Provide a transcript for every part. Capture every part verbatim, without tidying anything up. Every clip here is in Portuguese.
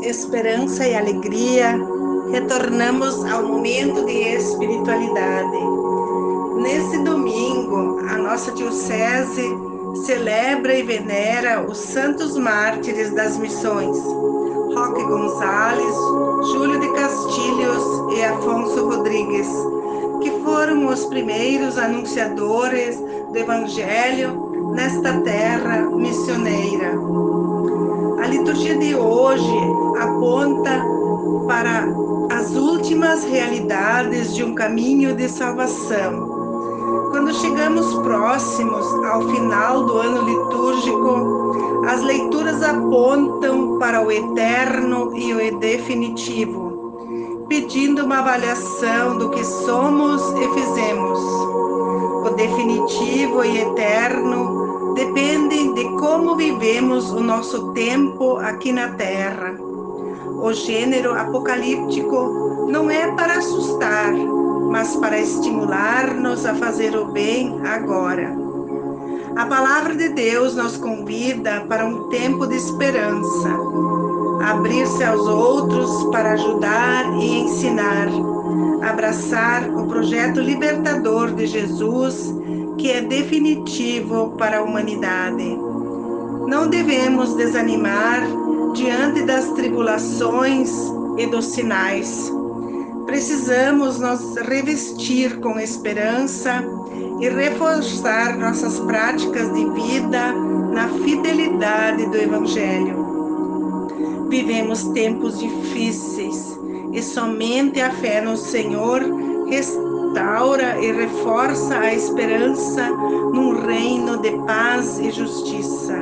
esperança e alegria, retornamos ao momento de espiritualidade. Nesse domingo, a nossa diocese celebra e venera os santos mártires das missões, Roque Gonzalez, Júlio de Castilhos e Afonso Rodrigues, que foram os primeiros anunciadores do Evangelho nesta terra missioneira. A liturgia de hoje aponta para as últimas realidades de um caminho de salvação. Quando chegamos próximos ao final do ano litúrgico, as leituras apontam para o eterno e o definitivo, pedindo uma avaliação do que somos e fizemos. O definitivo e eterno dependem de como vivemos o nosso tempo aqui na Terra. O gênero apocalíptico não é para assustar, mas para estimular-nos a fazer o bem agora. A palavra de Deus nos convida para um tempo de esperança, abrir-se aos outros para ajudar e ensinar, abraçar o projeto libertador de Jesus, que é definitivo para a humanidade. Não devemos desanimar diante das tribulações e dos sinais. Precisamos nos revestir com esperança e reforçar nossas práticas de vida na fidelidade do Evangelho. Vivemos tempos difíceis e somente a fé no Senhor restaura e reforça a esperança num reino de paz e justiça.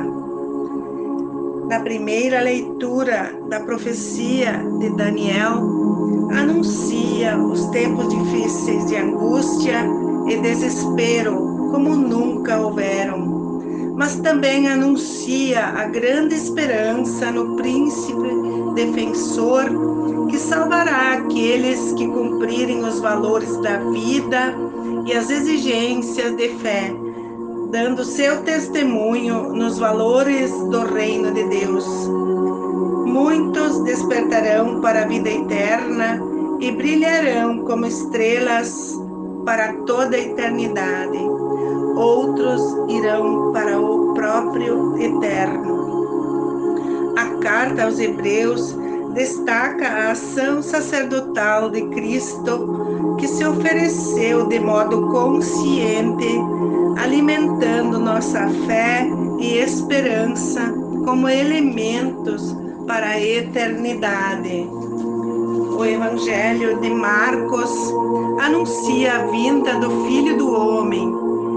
Na primeira leitura da profecia de Daniel, anuncia os tempos difíceis de angústia e desespero como nunca houveram, mas também anuncia a grande esperança no príncipe defensor que salvará aqueles que cumprirem os valores da vida e as exigências de fé, dando seu testemunho nos valores do reino de Deus. Muitos despertarão para a vida eterna e brilharão como estrelas para toda a eternidade. Outros irão para o próprio eterno. A carta aos Hebreus destaca a ação sacerdotal de Cristo, que se ofereceu de modo consciente, alimentando nossa fé e esperança como elementos para a eternidade. O Evangelho de Marcos anuncia a vinda do Filho do Homem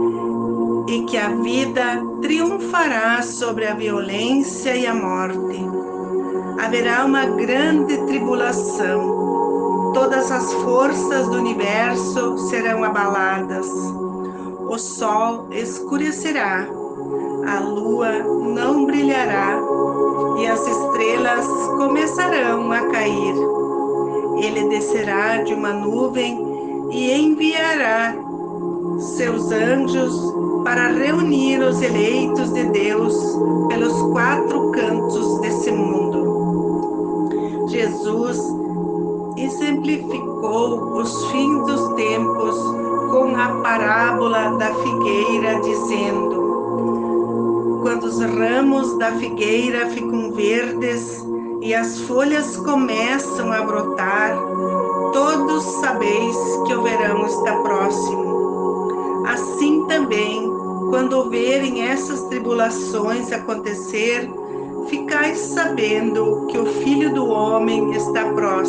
e que a vida triunfará sobre a violência e a morte. Haverá uma grande tribulação. Todas as forças do universo serão abaladas. O sol escurecerá, a lua não brilhará e as estrelas começarão a cair. Ele descerá de uma nuvem e enviará seus anjos para reunir os eleitos de Deus pelos quatro cantos desse mundo. Jesus exemplificou os fins dos tempos com a parábola da figueira, dizendo: quando os ramos da figueira ficam verdes e as folhas começam a brotar, todos sabeis que o verão está próximo. Assim também, quando verem essas tribulações acontecer, ficais sabendo que o Filho do Homem está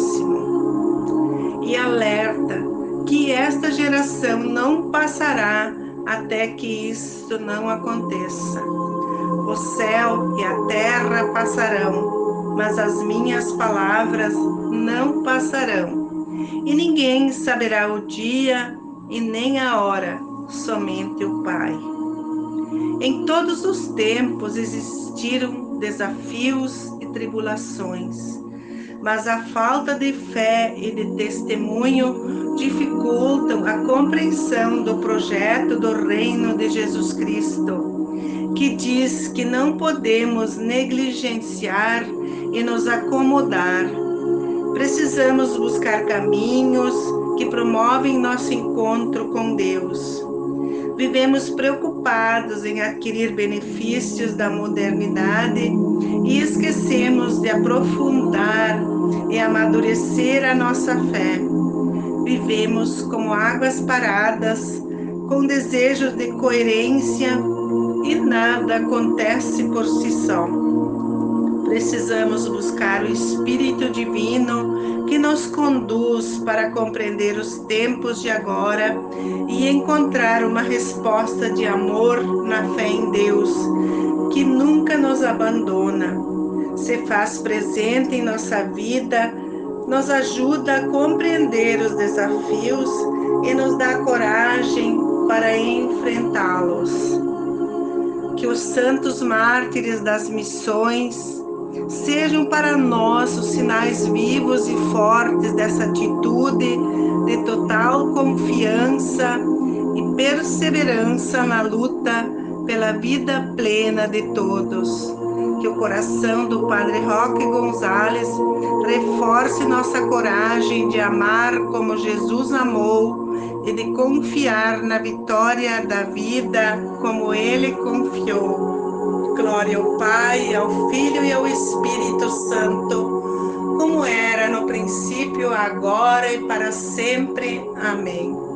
próximo. E alerta que esta geração não passará até que isto não aconteça. O céu e a terra passarão, mas as minhas palavras não passarão. E ninguém saberá o dia e nem a hora, somente o Pai. Em todos os tempos existiram desafios e tribulações, mas a falta de fé e de testemunho dificultam a compreensão do projeto do reino de Jesus Cristo, que diz que não podemos negligenciar e nos acomodar. Precisamos buscar caminhos que promovem nosso encontro com Deus. Vivemos preocupados em adquirir benefícios da modernidade e esquecemos de aprofundar e amadurecer a nossa fé. Vivemos como águas paradas, com desejos de coerência, e nada acontece por si só. Precisamos buscar o Espírito Divino que nos conduz para compreender os tempos de agora e encontrar uma resposta de amor na fé em Deus, que nunca nos abandona. Se faz presente em nossa vida, nos ajuda a compreender os desafios e nos dá coragem para enfrentá-los. Que os santos mártires das missões sejam para nós os sinais vivos e fortes dessa atitude de total confiança e perseverança na luta pela vida plena de todos. Que o coração do Padre Roque Gonzalez reforce nossa coragem de amar como Jesus amou e de confiar na vitória da vida como Ele confiou. Glória ao Pai, ao Filho e ao Espírito Santo, como era no princípio, agora e para sempre. Amém.